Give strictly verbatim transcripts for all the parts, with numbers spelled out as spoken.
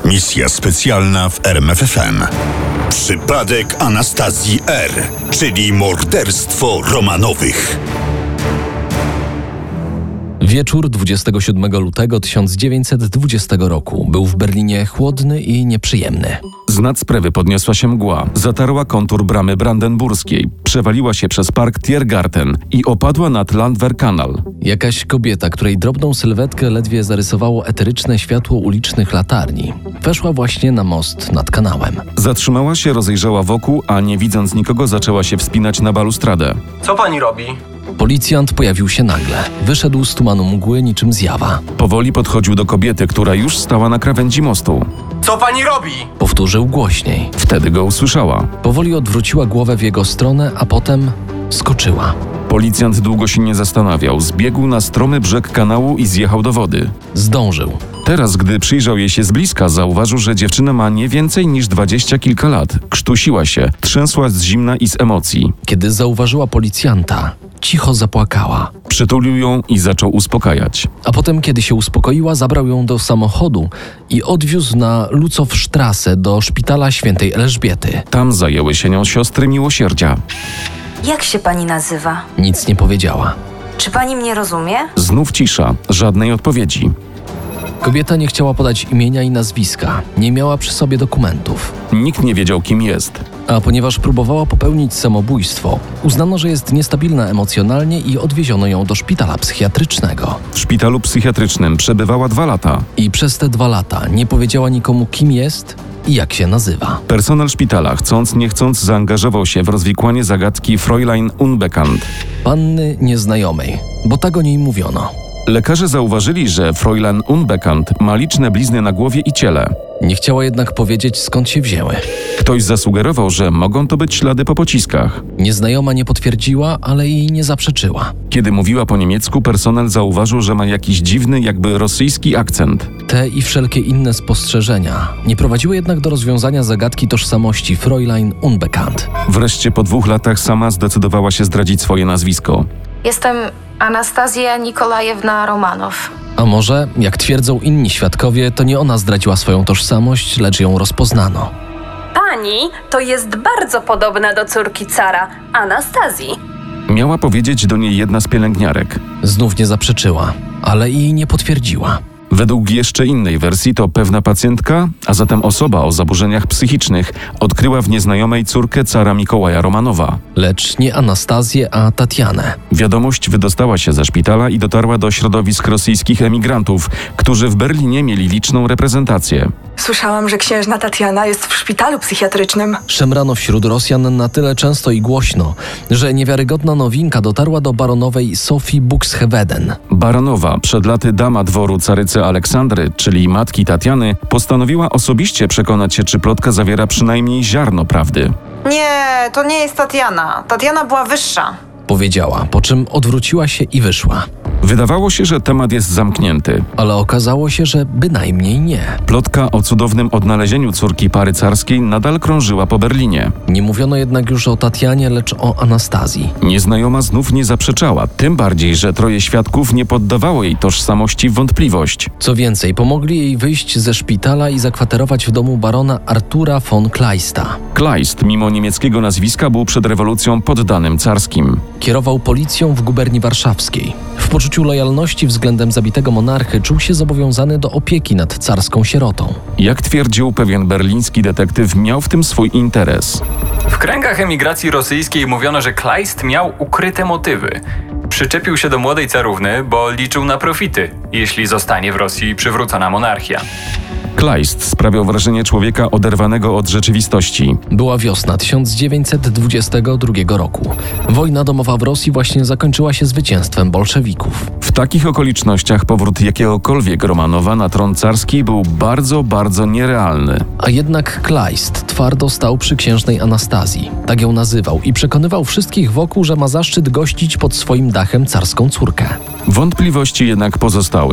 Misja specjalna w R M F F M. Przypadek Anastazji R., czyli morderstwo Romanowych. Wieczór dwudziestego siódmego lutego tysiąc dziewięćset dwudziestego roku był w Berlinie chłodny i nieprzyjemny. Z nad Sprewy podniosła się mgła, zatarła kontur bramy brandenburskiej, przewaliła się przez park Tiergarten i opadła nad Landwehrkanal. Jakaś kobieta, której drobną sylwetkę ledwie zarysowało eteryczne światło ulicznych latarni, weszła właśnie na most nad kanałem. Zatrzymała się, rozejrzała wokół, a nie widząc nikogo zaczęła się wspinać na balustradę. Co pani robi? Policjant pojawił się nagle. Wyszedł z tumanu mgły niczym zjawa. Powoli podchodził do kobiety, która już stała na krawędzi mostu. Co pani robi? Powtórzył głośniej. Wtedy go usłyszała. Powoli odwróciła głowę w jego stronę, a potem skoczyła. Policjant długo się nie zastanawiał. Zbiegł na stromy brzeg kanału i zjechał do wody. Zdążył. Teraz, gdy przyjrzał jej się z bliska, zauważył, że dziewczyna ma nie więcej niż dwadzieścia kilka lat. Krztusiła się, trzęsła z zimna i z emocji. Kiedy zauważyła policjanta, cicho zapłakała. Przytulił ją i zaczął uspokajać. A potem, kiedy się uspokoiła, zabrał ją do samochodu i odwiózł na Lützowstrasse do szpitala świętej Elżbiety. Tam zajęły się nią siostry miłosierdzia. Jak się pani nazywa? Nic nie powiedziała. Czy pani mnie rozumie? Znów cisza, żadnej odpowiedzi. Kobieta nie chciała podać imienia i nazwiska. Nie miała przy sobie dokumentów. Nikt nie wiedział, kim jest. A ponieważ próbowała popełnić samobójstwo, uznano, że jest niestabilna emocjonalnie i odwieziono ją do szpitala psychiatrycznego. W szpitalu psychiatrycznym przebywała dwa lata. I przez te dwa lata nie powiedziała nikomu, kim jest i jak się nazywa. Personel szpitala, chcąc nie chcąc, zaangażował się w rozwikłanie zagadki Fräulein Unbekannt. Panny nieznajomej, bo tak o niej mówiono. Lekarze zauważyli, że Fräulein Unbekannt ma liczne blizny na głowie i ciele. Nie chciała jednak powiedzieć, skąd się wzięły. Ktoś zasugerował, że mogą to być ślady po pociskach. Nieznajoma nie potwierdziła, ale i nie zaprzeczyła. Kiedy mówiła po niemiecku, personel zauważył, że ma jakiś dziwny, jakby rosyjski akcent. Te i wszelkie inne spostrzeżenia nie prowadziły jednak do rozwiązania zagadki tożsamości Fräulein Unbekannt. Wreszcie po dwóch latach sama zdecydowała się zdradzić swoje nazwisko. Jestem Anastazja Nikolajewna Romanow. A może, jak twierdzą inni świadkowie, to nie ona zdradziła swoją tożsamość, lecz ją rozpoznano. Pani to jest bardzo podobna do córki cara, Anastazji. Miała powiedzieć do niej jedna z pielęgniarek. Znów nie zaprzeczyła, ale i nie potwierdziła. Według jeszcze innej wersji to pewna pacjentka, a zatem osoba o zaburzeniach psychicznych, odkryła w nieznajomej córkę cara Mikołaja Romanowa. Lecz nie Anastazję, a Tatianę. Wiadomość wydostała się ze szpitala i dotarła do środowisk rosyjskich emigrantów, którzy w Berlinie mieli liczną reprezentację. Słyszałam, że księżna Tatiana jest w szpitalu psychiatrycznym. Szemrano wśród Rosjan na tyle często i głośno, że niewiarygodna nowinka dotarła do baronowej Sofii Buxheveden. Baronowa, przed laty dama dworu carycy Aleksandry, czyli matki Tatiany, postanowiła osobiście przekonać się, czy plotka zawiera przynajmniej ziarno prawdy. Nie, to nie jest Tatiana. Tatiana była wyższa. Powiedziała, po czym odwróciła się i wyszła. Wydawało się, że temat jest zamknięty. Ale okazało się, że bynajmniej nie. Plotka o cudownym odnalezieniu córki pary carskiej nadal krążyła po Berlinie. Nie mówiono jednak już o Tatianie, lecz o Anastazji. Nieznajoma znów nie zaprzeczała, tym bardziej, że troje świadków nie poddawało jej tożsamości w wątpliwość. Co więcej, pomogli jej wyjść ze szpitala i zakwaterować w domu barona Artura von Kleista. Kleist, mimo niemieckiego nazwiska, był przed rewolucją poddanym carskim. Kierował policją w guberni warszawskiej. W poczuciu lojalności względem zabitego monarchy czuł się zobowiązany do opieki nad carską sierotą. Jak twierdził pewien berliński detektyw, miał w tym swój interes. W kręgach emigracji rosyjskiej mówiono, że Kleist miał ukryte motywy. Przyczepił się do młodej carówny, bo liczył na profity, jeśli zostanie w Rosji przywrócona monarchia. Kleist sprawiał wrażenie człowieka oderwanego od rzeczywistości. Była wiosna tysiąc dziewięćset dwudziestego drugiego roku. Wojna domowa w Rosji właśnie zakończyła się zwycięstwem bolszewików. W takich okolicznościach powrót jakiegokolwiek Romanowa na tron carski był bardzo, bardzo nierealny. A jednak Kleist twardo stał przy księżnej Anastazji. Tak ją nazywał i przekonywał wszystkich wokół, że ma zaszczyt gościć pod swoim dachem carską córkę. Wątpliwości jednak pozostały. W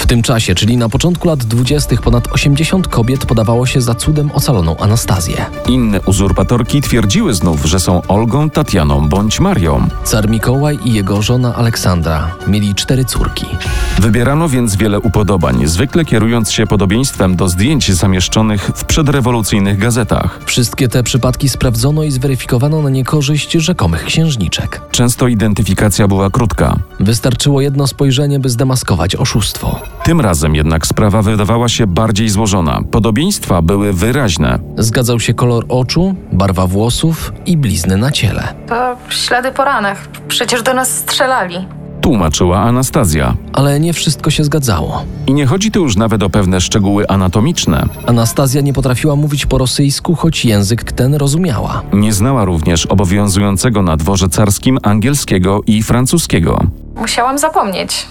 tym czasie, czyli na początku lat dwudziestych, ponad osiemdziesiąt kobiet podawało się za cudem ocaloną Anastazję. Inne uzurpatorki twierdziły znów, że są Olgą, Tatianą bądź Marią. Car Mikołaj i jego żona Aleksandra mieli cztery córki. Wybierano więc wiele upodobań, zwykle kierując się podobieństwem do zdjęć zamieszczonych w przedrewolucyjnych gazetach. Wszystkie te przypadki sprawdzono i zweryfikowano na niekorzyść rzekomych księżniczek. Często identyfikacja była krótka. Wystarczyło jedno spojrzenie, by zdemaskować oszustwo. Tym razem jednak sprawa wydawała się bardziej złożona. Podobieństwa były wyraźne. Zgadzał się kolor oczu, barwa włosów i blizny na ciele. To ślady po ranach. Przecież do nas strzelali. Tłumaczyła Anastazja. Ale nie wszystko się zgadzało. I nie chodzi tu już nawet o pewne szczegóły anatomiczne. Anastazja nie potrafiła mówić po rosyjsku, choć język ten rozumiała. Nie znała również obowiązującego na dworze carskim angielskiego i francuskiego. Musiałam zapomnieć.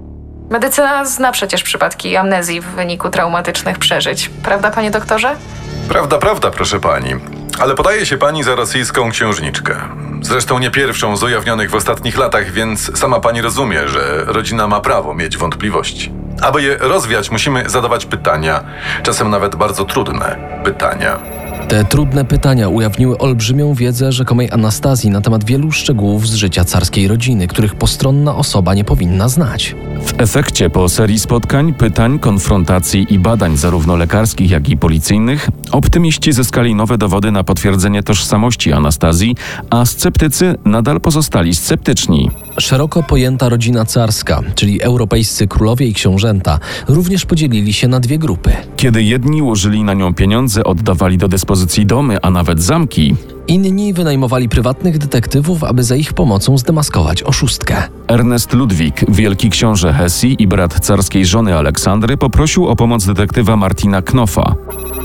Medycyna zna przecież przypadki amnezji w wyniku traumatycznych przeżyć. Prawda, panie doktorze? Prawda, prawda, proszę pani. Ale podaje się pani za rosyjską księżniczkę. Zresztą nie pierwszą z ujawnionych w ostatnich latach, więc sama pani rozumie, że rodzina ma prawo mieć wątpliwości. Aby je rozwiać, musimy zadawać pytania, czasem nawet bardzo trudne pytania. Te trudne pytania ujawniły olbrzymią wiedzę rzekomej Anastazji na temat wielu szczegółów z życia carskiej rodziny, których postronna osoba nie powinna znać. W efekcie po serii spotkań, pytań, konfrontacji i badań zarówno lekarskich, jak i policyjnych, optymiści zyskali nowe dowody na potwierdzenie tożsamości Anastazji, a sceptycy nadal pozostali sceptyczni. Szeroko pojęta rodzina carska, czyli europejscy królowie i książęta, również podzielili się na dwie grupy. Kiedy jedni łożyli na nią pieniądze, oddawali do dyspozycji domy, a nawet zamki, inni wynajmowali prywatnych detektywów, aby za ich pomocą zdemaskować oszustkę. Ernest Ludwik, wielki książę Hesji i brat carskiej żony Aleksandry, poprosił o pomoc detektywa Martina Knofa.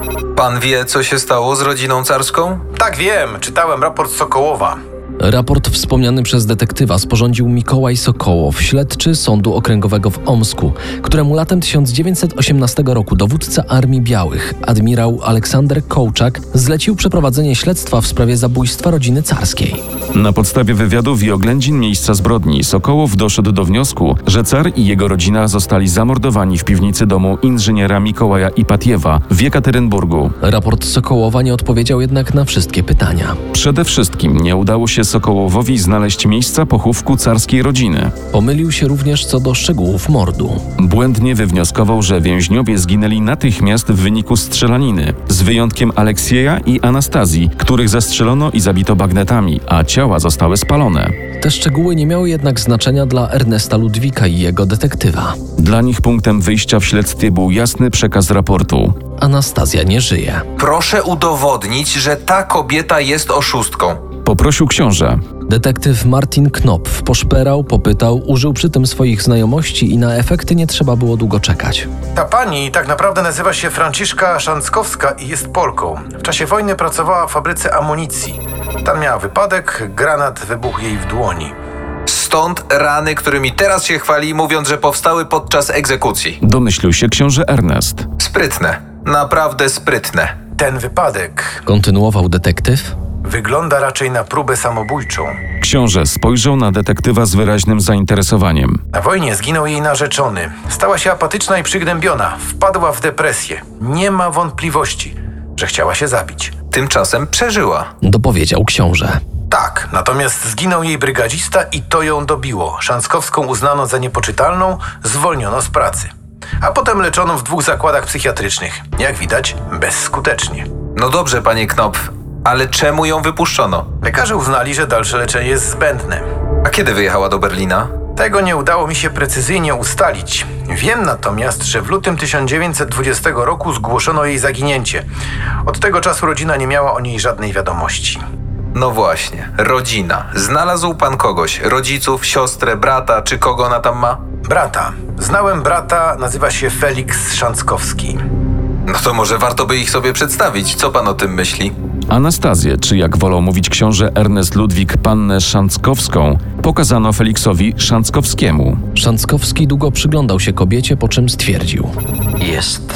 Pan wie, co się stało z rodziną carską? Tak, wiem. Czytałem raport Sokołowa. Raport wspomniany przez detektywa sporządził Mikołaj Sokołow, śledczy Sądu Okręgowego w Omsku, któremu latem tysiąc dziewięćset osiemnastego roku dowódca Armii Białych, admirał Aleksander Kołczak, zlecił przeprowadzenie śledztwa w sprawie zabójstwa rodziny carskiej. Na podstawie wywiadów i oględzin miejsca zbrodni Sokołow doszedł do wniosku, że car i jego rodzina zostali zamordowani w piwnicy domu inżyniera Mikołaja Ipatiewa w Jekaterynburgu. Raport Sokołowa nie odpowiedział jednak na wszystkie pytania. Przede wszystkim nie udało się Sokołowowi znaleźć miejsca pochówku carskiej rodziny. Pomylił się również co do szczegółów mordu. Błędnie wywnioskował, że więźniowie zginęli natychmiast w wyniku strzelaniny, z wyjątkiem Aleksieja i Anastazji, których zastrzelono i zabito bagnetami, a ciała zostały spalone. Te szczegóły nie miały jednak znaczenia dla Ernesta Ludwika i jego detektywa. Dla nich punktem wyjścia w śledztwie był jasny przekaz raportu. Anastazja nie żyje. Proszę udowodnić, że ta kobieta jest oszustką. Poprosił książę. Detektyw Martin Knopf poszperał, popytał, użył przy tym swoich znajomości i na efekty nie trzeba było długo czekać. Ta pani tak naprawdę nazywa się Franciszka Szanckowska i jest Polką. W czasie wojny pracowała w fabryce amunicji. Tam miała wypadek, granat wybuchł jej w dłoni. Stąd rany, którymi teraz się chwali, mówiąc, że powstały podczas egzekucji. Domyślił się książę Ernest. Sprytne. Naprawdę sprytne. Ten wypadek, kontynuował detektyw, wygląda raczej na próbę samobójczą. Książę spojrzał na detektywa z wyraźnym zainteresowaniem. Na wojnie zginął jej narzeczony. Stała się apatyczna i przygnębiona. Wpadła w depresję. Nie ma wątpliwości, że chciała się zabić. Tymczasem przeżyła. dopowiedział książę. Tak, natomiast zginął jej brygadzista i to ją dobiło. Szanckowską uznano za niepoczytalną, zwolniono z pracy. A potem leczono w dwóch zakładach psychiatrycznych. Jak widać, bezskutecznie. No dobrze, panie Knopf, ale czemu ją wypuszczono? Lekarze uznali, że dalsze leczenie jest zbędne. A kiedy wyjechała do Berlina? Tego nie udało mi się precyzyjnie ustalić. Wiem natomiast, że w lutym tysiąc dziewięćset dwudziestego roku zgłoszono jej zaginięcie. Od tego czasu rodzina nie miała o niej żadnej wiadomości. No właśnie, rodzina. Znalazł pan kogoś? Rodziców, siostrę, brata, czy kogo ona tam ma? Brata. Znałem brata, nazywa się Felix Szanckowski. No to może warto by ich sobie przedstawić. Co pan o tym myśli? Anastazję, czy jak wolał mówić książę Ernest Ludwik, pannę Szanckowską, pokazano Feliksowi Szanckowskiemu. Szanckowski długo przyglądał się kobiecie, po czym stwierdził. Jest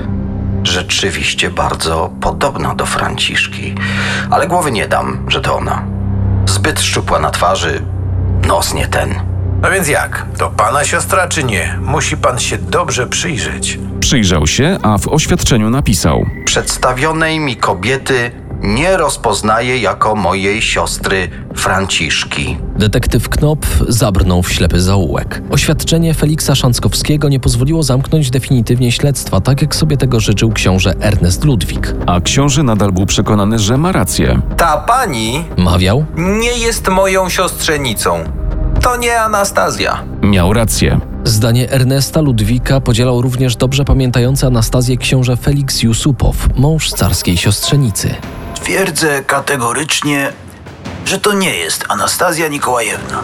rzeczywiście bardzo podobna do Franciszki, ale głowy nie dam, że to ona. Zbyt szczupła na twarzy, nos nie ten. No więc jak? To pana siostra czy nie? Musi pan się dobrze przyjrzeć. Przyjrzał się, a w oświadczeniu napisał: Przedstawionej mi kobiety nie rozpoznaję jako mojej siostry Franciszki. Detektyw Knopf zabrnął w ślepy zaułek. Oświadczenie Feliksa Szanckowskiego nie pozwoliło zamknąć definitywnie śledztwa, tak jak sobie tego życzył książę Ernest Ludwik. A książę nadal był przekonany, że ma rację. Ta pani Mawiał? nie jest moją siostrzenicą. To nie Anastazja. Miał rację. Zdanie Ernesta Ludwika podzielał również dobrze pamiętający Anastazję książę Feliks Jusupow, mąż carskiej siostrzenicy. Twierdzę kategorycznie, że to nie jest Anastazja Nikołajewna.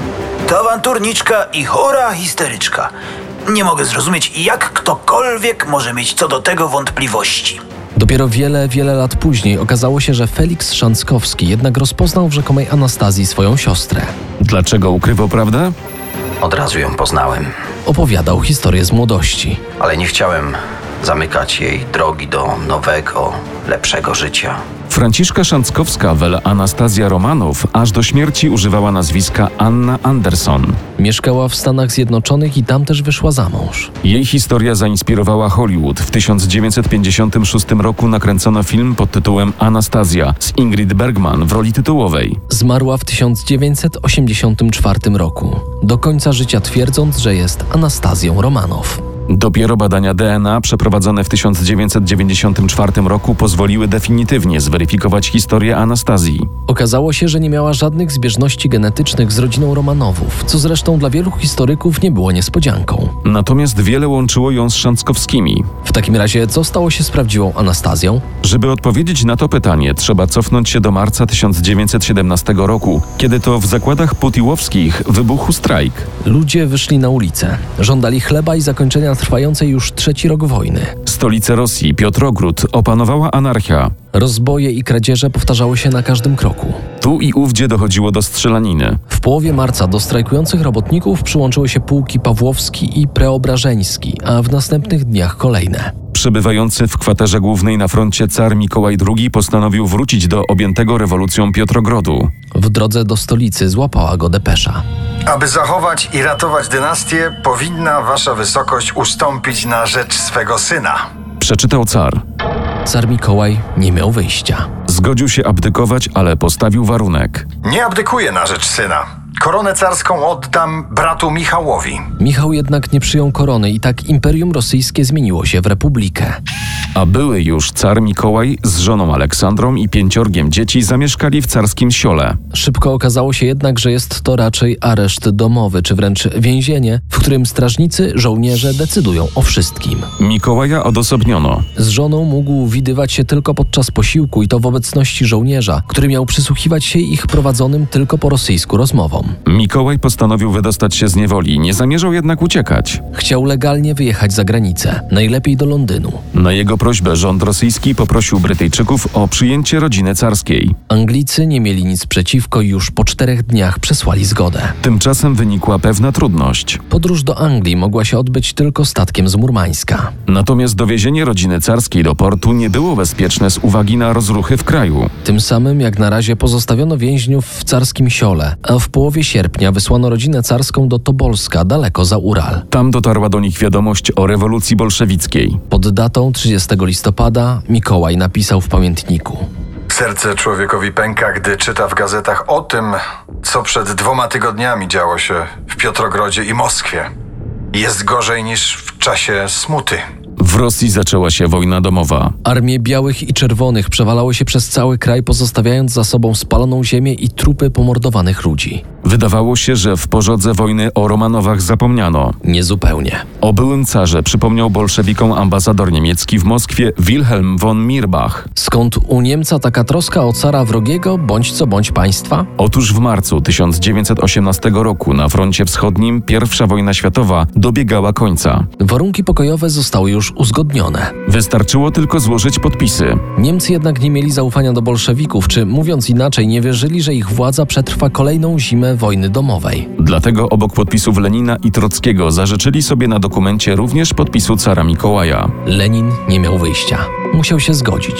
To awanturniczka i chora histeryczka. Nie mogę zrozumieć, jak ktokolwiek może mieć co do tego wątpliwości. Dopiero wiele, wiele lat później okazało się, że Feliks Szanckowski jednak rozpoznał w rzekomej Anastazji swoją siostrę. Dlaczego ukrywał prawdę? Od razu ją poznałem. Opowiadał historię z młodości. Ale nie chciałem zamykać jej drogi do nowego, lepszego życia. Franciszka Szanckowska, wel Anastazja Romanow, aż do śmierci używała nazwiska Anna Anderson. Mieszkała w Stanach Zjednoczonych i tam też wyszła za mąż. Jej historia zainspirowała Hollywood. W tysiąc dziewięćset pięćdziesiątym szóstym roku nakręcono film pod tytułem Anastazja z Ingrid Bergman w roli tytułowej. Zmarła w tysiąc dziewięćset osiemdziesiątym czwartym roku, do końca życia twierdząc, że jest Anastazją Romanow. Dopiero badania D N A przeprowadzone w tysiąc dziewięćset dziewięćdziesiątym czwartym roku pozwoliły definitywnie zweryfikować historię Anastazji. Okazało się, że nie miała żadnych zbieżności genetycznych z rodziną Romanowów, co zresztą dla wielu historyków nie było niespodzianką. Natomiast wiele łączyło ją z Szanckowskimi. W takim razie, co stało się z prawdziwą Anastazją? Żeby odpowiedzieć na to pytanie, trzeba cofnąć się do marca tysiąc dziewięćset siedemnastego roku, kiedy to w zakładach putyłowskich wybuchł strajk. Ludzie wyszli na ulicę, żądali chleba i zakończenia trwającej już trzeci rok wojny. Stolicę Rosji, Piotrogród, opanowała anarchia. Rozboje i kradzieże powtarzały się na każdym kroku. Tu i ówdzie dochodziło do strzelaniny. W połowie marca do strajkujących robotników przyłączyły się pułki Pawłowski i Preobrażeński, a w następnych dniach kolejne. Przebywający w kwaterze głównej na froncie car Mikołaj drugi postanowił wrócić do objętego rewolucją Piotrogrodu. W drodze do stolicy złapała go depesza. Aby zachować i ratować dynastię, powinna wasza wysokość ustąpić na rzecz swego syna. Przeczytał car. Car Mikołaj nie miał wyjścia. Zgodził się abdykować, ale postawił warunek. Nie abdykuję na rzecz syna. Koronę carską oddam bratu Michałowi. Michał jednak nie przyjął korony i tak Imperium Rosyjskie zmieniło się w republikę. A były już car Mikołaj z żoną Aleksandrą i pięciorgiem dzieci zamieszkali w carskim Siole. Szybko okazało się jednak, że jest to raczej areszt domowy, czy wręcz więzienie, w którym strażnicy, żołnierze decydują o wszystkim. Mikołaja odosobniono. Z żoną mógł widywać się tylko podczas posiłku i to w obecności żołnierza, który miał przysłuchiwać się ich prowadzonym tylko po rosyjsku rozmowom. Mikołaj postanowił wydostać się z niewoli, nie zamierzał jednak uciekać. Chciał legalnie wyjechać za granicę, najlepiej do Londynu. Na jego prośbę rząd rosyjski poprosił Brytyjczyków o przyjęcie rodziny carskiej. Anglicy nie mieli nic przeciwko i już po czterech dniach przesłali zgodę. Tymczasem wynikła pewna trudność. Podróż do Anglii mogła się odbyć tylko statkiem z Murmańska. Natomiast dowiezienie rodziny carskiej do portu nie było bezpieczne z uwagi na rozruchy w kraju. Tym samym jak na razie pozostawiono więźniów w carskim Siole, a w połowie sierpnia wysłano rodzinę carską do Tobolska, daleko za Ural. Tam dotarła do nich wiadomość o rewolucji bolszewickiej. Pod datą trzydziestego listopada Mikołaj napisał w pamiętniku: Serce człowiekowi pęka, gdy czyta w gazetach o tym, co przed dwoma tygodniami działo się w Piotrogrodzie i Moskwie. Jest gorzej niż w czasie smuty. W Rosji zaczęła się wojna domowa. Armie białych i czerwonych przewalały się przez cały kraj, pozostawiając za sobą spaloną ziemię i trupy pomordowanych ludzi. Wydawało się, że w pożodze wojny o Romanowach zapomniano. Niezupełnie. O byłym carze przypomniał bolszewikom ambasador niemiecki w Moskwie Wilhelm von Mirbach. Skąd u Niemca taka troska o cara wrogiego, bądź co bądź państwa? Otóż w marcu tysiąc dziewięćset osiemnastego roku na froncie wschodnim pierwsza wojna światowa dobiegała końca. Warunki pokojowe zostały już uzgodnione. Wystarczyło tylko złożyć podpisy. Niemcy jednak nie mieli zaufania do bolszewików, czy mówiąc inaczej, nie wierzyli, że ich władza przetrwa kolejną zimę wojny domowej. Dlatego obok podpisów Lenina i Trockiego zażyczyli sobie na dokumencie również podpisu cara Mikołaja. Lenin nie miał wyjścia. Musiał się zgodzić.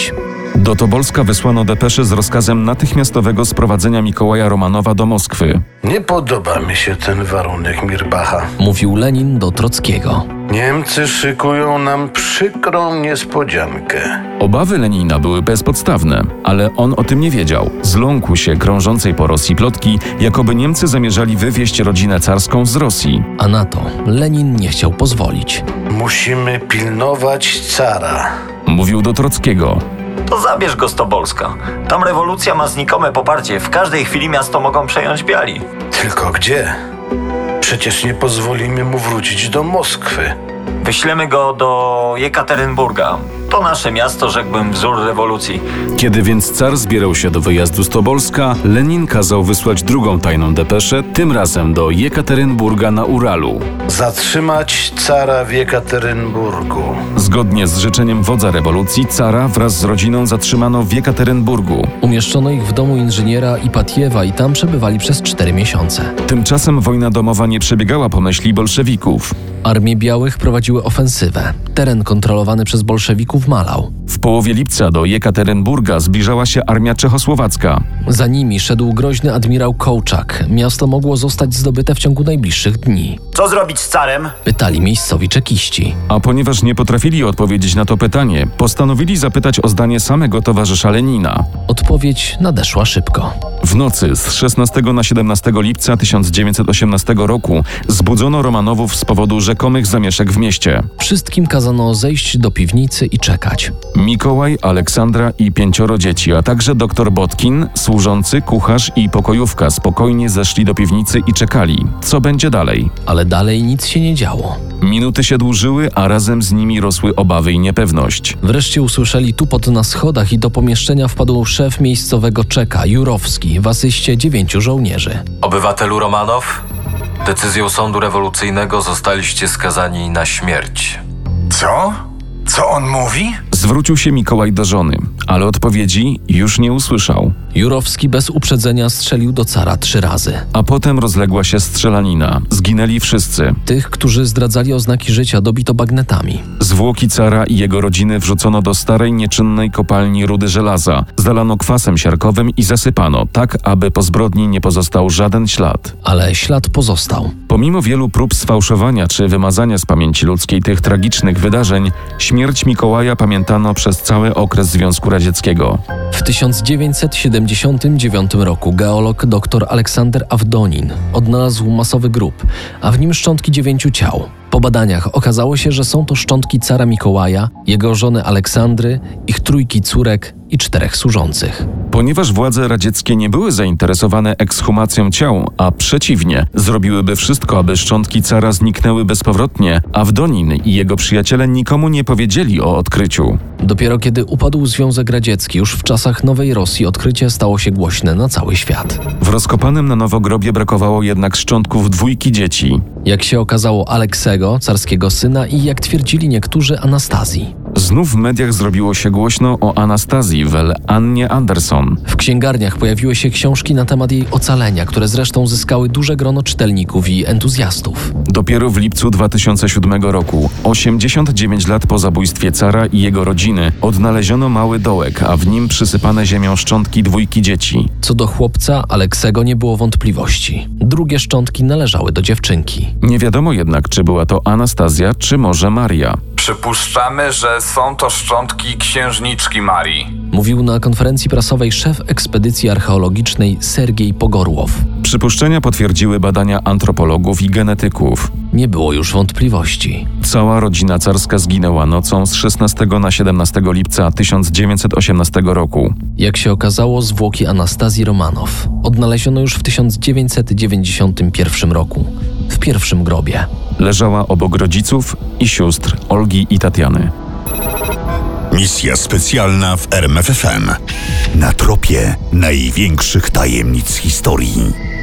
Do Tobolska wysłano depeszę z rozkazem natychmiastowego sprowadzenia Mikołaja Romanowa do Moskwy. Nie podoba mi się ten warunek Mirbacha. Mówił Lenin do Trockiego. Niemcy szykują nam przykrą niespodziankę. Obawy Lenina były bezpodstawne, ale on o tym nie wiedział. Zląkł się krążącej po Rosji plotki, jakoby Niemcy zamierzali wywieźć rodzinę carską z Rosji. A na to Lenin nie chciał pozwolić. Musimy pilnować cara. Mówił do Trockiego. To zabierz go z Tobolska. Tam rewolucja ma znikome poparcie. W każdej chwili miasto mogą przejąć biali. Tylko gdzie? Przecież nie pozwolimy mu wrócić do Moskwy. Wyślemy go do Jekaterynburga. To nasze miasto, rzekłbym, wzór rewolucji. Kiedy więc car zbierał się do wyjazdu z Tobolska, Lenin kazał wysłać drugą tajną depeszę, tym razem do Jekaterynburga na Uralu. Zatrzymać cara w Jekaterynburgu. Zgodnie z życzeniem wodza rewolucji, cara wraz z rodziną zatrzymano w Jekaterynburgu. Umieszczono ich w domu inżyniera Ipatiewa i tam przebywali przez cztery miesiące. Tymczasem wojna domowa nie przebiegała po myśli bolszewików. Armie Białych prowadziły ofensywę. Teren kontrolowany przez bolszewików malał. W połowie lipca do Jekaterynburga zbliżała się armia czechosłowacka. Za nimi szedł groźny admirał Kołczak. Miasto mogło zostać zdobyte w ciągu najbliższych dni. Co zrobić z carem? Pytali miejscowi czekiści. A ponieważ nie potrafili odpowiedzieć na to pytanie, postanowili zapytać o zdanie samego towarzysza Lenina. Odpowiedź nadeszła szybko. W nocy z szesnastego na siedemnastego lipca tysiąc dziewięćset osiemnastego roku zbudzono Romanowów z powodu rzekomych zamieszek w mieście. Wszystkim kazano zejść do piwnicy i czekać. Mikołaj, Aleksandra i pięcioro dzieci, a także doktor Botkin, służący, kucharz i pokojówka spokojnie zeszli do piwnicy i czekali, co będzie dalej. Ale dalej nic się nie działo. Minuty się dłużyły, a razem z nimi rosły obawy i niepewność. Wreszcie usłyszeli tupot na schodach i do pomieszczenia wpadł szef miejscowego czeka, Jurowski, w asyście dziewięciu żołnierzy. Obywatelu Romanow, decyzją sądu rewolucyjnego zostaliście skazani na śmierć. Co? Co on mówi? Zwrócił się Mikołaj do żony, ale odpowiedzi już nie usłyszał. Jurowski bez uprzedzenia strzelił do cara trzy razy. A potem rozległa się strzelanina. Zginęli wszyscy. Tych, którzy zdradzali oznaki życia, dobito bagnetami. Zwłoki cara i jego rodziny wrzucono do starej, nieczynnej kopalni rudy żelaza. Zalano kwasem siarkowym i zasypano, tak aby po zbrodni nie pozostał żaden ślad. Ale ślad pozostał. Pomimo wielu prób sfałszowania czy wymazania z pamięci ludzkiej tych tragicznych wydarzeń, śmierć Mikołaja pamiętano przez cały okres Związku Radzieckiego. W tysiąc dziewięćset siedemdziesiątym dziewiątym roku geolog dr Aleksander Awdonin odnalazł masowy grób, a w nim szczątki dziewięciu ciał. Po badaniach okazało się, że są to szczątki cara Mikołaja, jego żony Aleksandry, ich trójki córek i czterech służących. Ponieważ władze radzieckie nie były zainteresowane ekshumacją ciał, a przeciwnie, zrobiłyby wszystko, aby szczątki cara zniknęły bezpowrotnie, Awdonin i jego przyjaciele nikomu nie powiedzieli o odkryciu. Dopiero kiedy upadł Związek Radziecki, już w czasach Nowej Rosji, odkrycie stało się głośne na cały świat. W rozkopanym na nowo grobie brakowało jednak szczątków dwójki dzieci. Jak się okazało, Aleksego, carskiego syna, i jak twierdzili niektórzy, Anastazji. Znów w mediach zrobiło się głośno o Anastazji wel Annie Anderson. W księgarniach pojawiły się książki na temat jej ocalenia, które zresztą zyskały duże grono czytelników i entuzjastów. Dopiero w lipcu dwa tysiące siódmego roku, osiemdziesiąt dziewięć lat po zabójstwie cara i jego rodziny, odnaleziono mały dołek, a w nim przysypane ziemią szczątki dwójki dzieci. Co do chłopca, Aleksego, nie było wątpliwości. Drugie szczątki należały do dziewczynki. Nie wiadomo jednak, czy była to Anastazja, czy może Maria. Przypuszczamy, że są to szczątki księżniczki Marii. Mówił na konferencji prasowej szef ekspedycji archeologicznej Sergiej Pogorłow. Przypuszczenia potwierdziły badania antropologów i genetyków. Nie było już wątpliwości. Cała rodzina carska zginęła nocą z szesnastego na siedemnastego lipca tysiąc dziewięćset osiemnastego roku. Jak się okazało, zwłoki Anastazji Romanow odnaleziono już w tysiąc dziewięćset dziewięćdziesiątym pierwszym roku, w pierwszym grobie. Leżała obok rodziców i sióstr Olgi i Tatiany. Misja specjalna w R M F F M. Na tropie największych tajemnic historii.